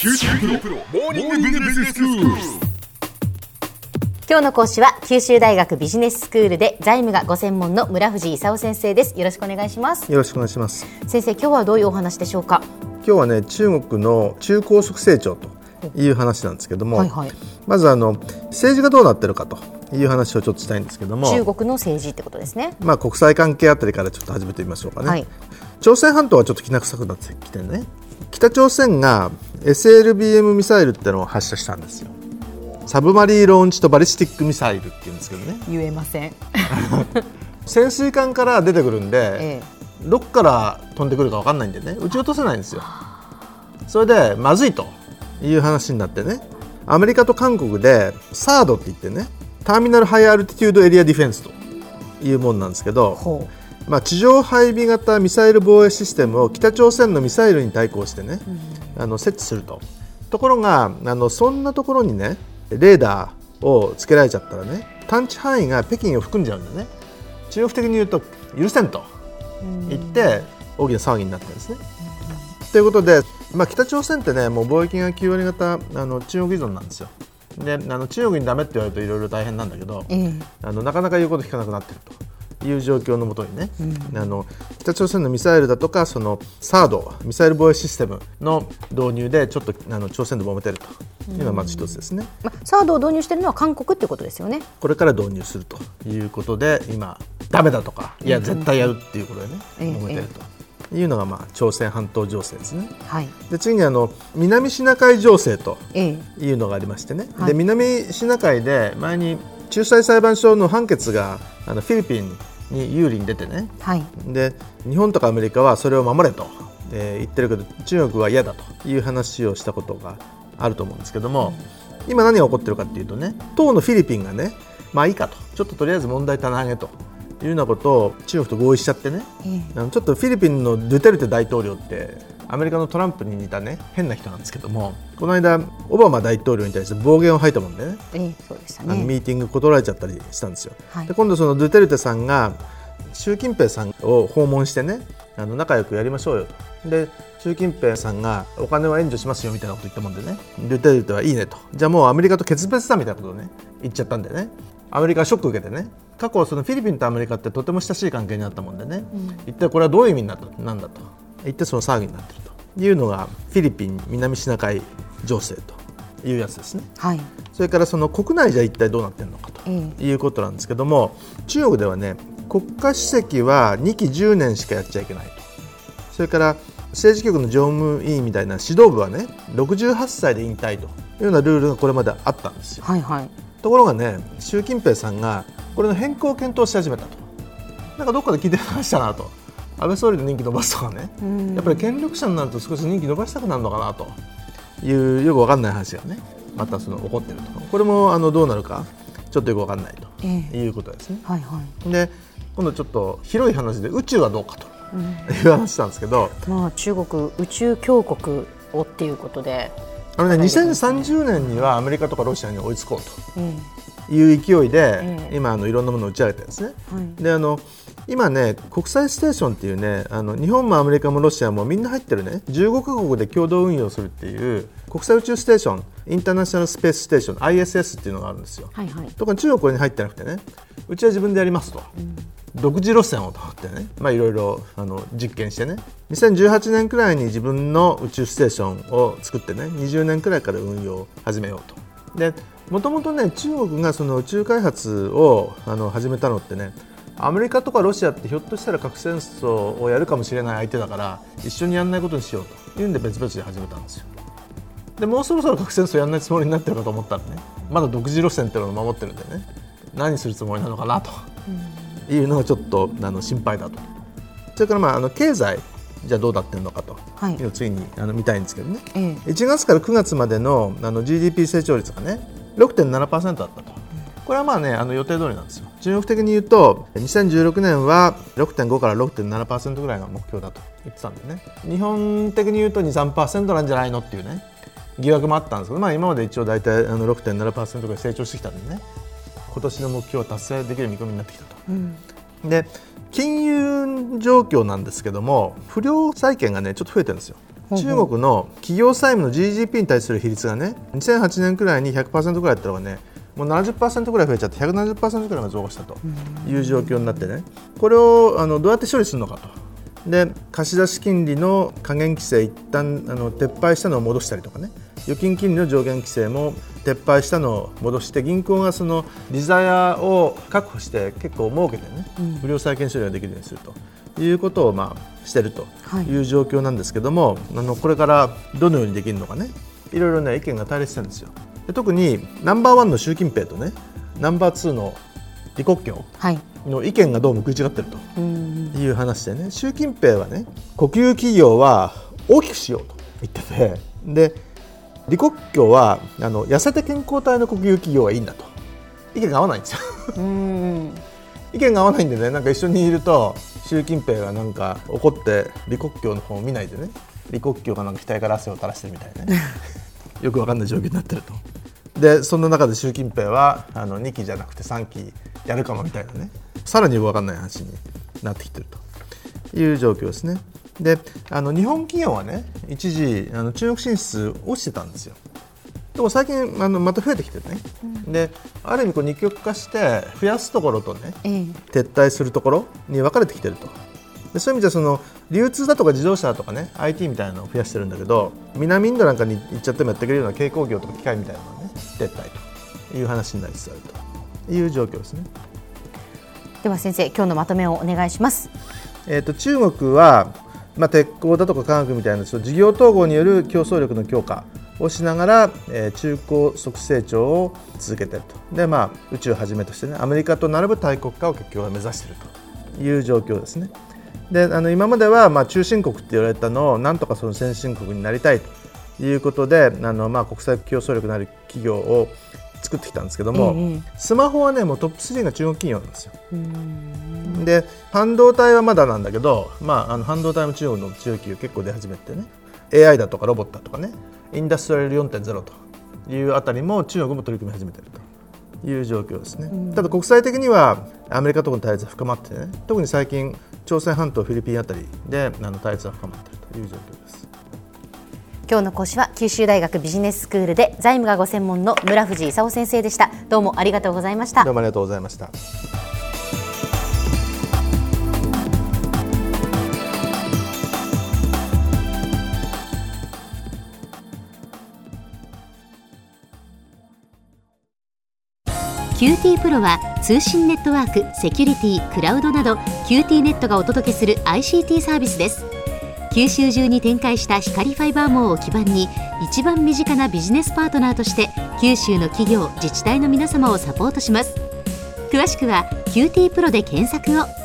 九州大学モーニングビジネススクール。 今日の講師は九州大学ビジネススクールで財務がご専門の村藤勲先生です。よろしくお願いします。 よろしくお願いします。 先生、今日はどういうお話でしょうか？ 今日はね、中国の中高速成長という話なんですけども、まず政治がどうなってるかという話をちょっとしたいんですけども、 中国の政治ってことですね。 国際関係あたりからちょっと始めてみましょうかね。朝鮮半島はちょっときな臭くなってきてね、北朝鮮が SLBM ミサイルってのを発射したんですよ。サブマリーローンチとバリスティックミサイルっていうんですけどね。 言えません潜水艦から出てくるんで、どこから飛んでくるか分かんないんでね、撃ち落とせないんですよ。それでまずいという話になってね、アメリカと韓国でサードって言ってね、ターミナルハイアルティテュードエリアディフェンスというものなんですけど、地上配備型ミサイル防衛システムを北朝鮮のミサイルに対抗してね、設置すると。ところがそんなところにね、レーダーをつけられちゃったらね、探知範囲が北京を含んじゃうんでね、中国的に言うと許せんと言って大きな騒ぎになってるんですね。ということで、北朝鮮ってね、もう貿易が9割方中国依存なんですよ。で、中国にダメって言われるといろいろ大変なんだけど、なかなか言うこと聞かなくなってるという状況のもとにね、北朝鮮のミサイルだとかそのサードミサイル防衛システムの導入でちょっと朝鮮で揉めてるというのがまず一つですね。 サードを導入しているのは韓国ってことですよね。これから導入するということで、今ダメだとか、いや絶対やるっていうことでね、揉めてるというのが朝鮮半島情勢ですね。で、次に南シナ海情勢というのがありましてね、で、南シナ海で前に仲裁裁判所の判決がフィリピンに有利に出てね、で日本とかアメリカはそれを守れと、言ってるけど、中国は嫌だという話をしたことがあると思うんですけども、今何が起こってるかっていうとね、当のフィリピンがね、いいかと、ちょっととりあえず問題棚上げというようなことを中国と合意しちゃってね、ちょっとフィリピンのドゥテルテ大統領ってアメリカのトランプに似たね、変な人なんですけども、この間オバマ大統領に対して暴言を吐いたもんでね、 そうでしたね、 ミーティング断られちゃったりしたんですよ。で、今度そのドゥテルテさんが習近平さんを訪問してね、仲良くやりましょうよと。で、習近平さんがお金は援助しますよみたいなこと言ったもんでね、ドゥテルテはいいねと、じゃあもうアメリカと決別だみたいなことをね言っちゃったんでね、アメリカはショック受けてね、過去そのフィリピンとアメリカってとても親しい関係になったもんでね、一体これはどういう意味なんだと言って、その騒ぎになっているというのがフィリピン南シナ海情勢というやつですね。それからその国内じゃ一体どうなっているのかということなんですけども、中国ではね、国家主席は2期10年しかやっちゃいけないと。それから政治局の常務委員みたいな指導部はね、68歳で引退というようなルールがこれまであったんですよ。ところがね、習近平さんがこれの変更を検討し始めたと。なんかどっかで聞いてましたなと。安倍総理の任期伸ばすとかね、やっぱり権力者になると少し任期伸ばしたくなるのかなというよく分かんない話がね、また起こっていると。これもどうなるかちょっとよく分かんないということですね。で、今度ちょっと広い話で宇宙はどうかという話なんですけど、 中国宇宙強国をっていうことで、 2030年にはアメリカとかロシアに追いつこうという勢いで、今いろんなものを打ち上げてるんですね。で、今ね、国際ステーションっていうね、日本もアメリカもロシアもみんな入ってるね、15カ国で共同運用するっていう国際宇宙ステーション、インターナショナルスペースステーション ISS っていうのがあるんですよ。ところが中国これに入ってなくてね、うちは自分でやりますと、独自路線をとってね、いろいろ実験してね、2018年くらいに自分の宇宙ステーションを作ってね、20年くらいから運用を始めようと。で、もともとね、中国がその宇宙開発を始めたのってね、アメリカとかロシアってひょっとしたら核戦争をやるかもしれない相手だから一緒にやらないことにしようというんで別々で始めたんですよ。で、もうそろそろ核戦争やらないつもりになってるかと思ったらね、まだ独自路線っていうのを守ってるんでね、何するつもりなのかなというのがちょっと心配だと。それから経済じゃあどうなってるのかというのを次に見たいんですけどね、1月から9月までのGDP 成長率がね 6.7% だったと。これは予定通りなんですよ。中国的に言うと2016年は 6.5 から 6.7% ぐらいが目標だと言ってたんでね、日本的に言うと 2,3% なんじゃないのっていうね疑惑もあったんですけど、今まで一応大体6.7% ぐらい成長してきたんでね、今年の目標は達成できる見込みになってきたと。で、金融状況なんですけども、不良債権がねちょっと増えてるんですよ。 中国の企業債務の GDP に対する比率がね、2008年くらいに 100% くらいだったのがね、もう 70% くらい増えちゃって 170% くらいが増加したという状況になってね、これをどうやって処理するのかと。で、貸出金利の下限規制一旦撤廃したのを戻したりとかね、預金金利の上限規制も撤廃したのを戻して、銀行がその利ざやを確保して結構儲けてね、無料債券処理ができるようにするということをしているという状況なんですけども、これからどのようにできるのかね、いろいろね意見が対立してるんですよ。で、特にナンバーワンの習近平とね、ナンバーツーの李克強の意見がどうも食い違ってるという話でね、習近平はね、国有企業は大きくしようと言ってて、で李克強は痩せて健康体の国有企業がいいんだと。意見が合わないんですよ意見が合わないんでね、なんか一緒にいると習近平がなんか怒って李克強の方を見ないでね、李克強がなんか額から汗を垂らしてるみたいなねよくわかんない状況になってると。で、そんな中で習近平は2期じゃなくて3期やるかもみたいなね、さらによくわかんない話になってきてるという状況ですね。で、日本企業はね、一時中国進出落ちてたんですよ。でも最近また増えてきてるね、で、ある意味二極化して増やすところとね、撤退するところに分かれてきてると。で、そういう意味では流通だとか自動車だとかね、 IT みたいなのを増やしてるんだけど、南インドなんかに行っちゃってもやってくれるような軽工業とか機械みたいなのがね、撤退という話になりつつあるという状況ですね。 では先生、今日のまとめをお願いします。 中国は鉄鋼だとか化学みたいな事業統合による競争力の強化をしながら、中高速成長を続けていると。で、宇宙をはじめとしてね、アメリカと並ぶ大国化を結局は目指しているという状況ですね。で、今までは中心国って言われたのをなんとかその先進国になりたいということで、国際競争力のある企業を作ってきたんですけども、スマホはね、もうトップ3が中国企業なんですよ。で、半導体はまだなんだけど、半導体も中国の強い企業結構出始めてね、 AI だとかロボットだとかね、インダストリアル 4.0 というあたりも中国も取り組み始めているという状況ですね。ただ国際的にはアメリカとの対立が深まってね、特に最近朝鮮半島フィリピンあたりで対立が深まっているという状況です。 今日の講師は九州大学ビジネススクールで財務がご専門の村藤勲先生でした。どうもありがとうございました。 どうもありがとうございました。 QT プロは通信ネットワーク、セキュリティ、クラウドなど QT ネットがお届けする ICT サービスです。九州中に展開した光ファイバー網を基盤に、一番身近なビジネスパートナーとして九州の企業・自治体の皆様をサポートします。詳しくは QT プロで検索を。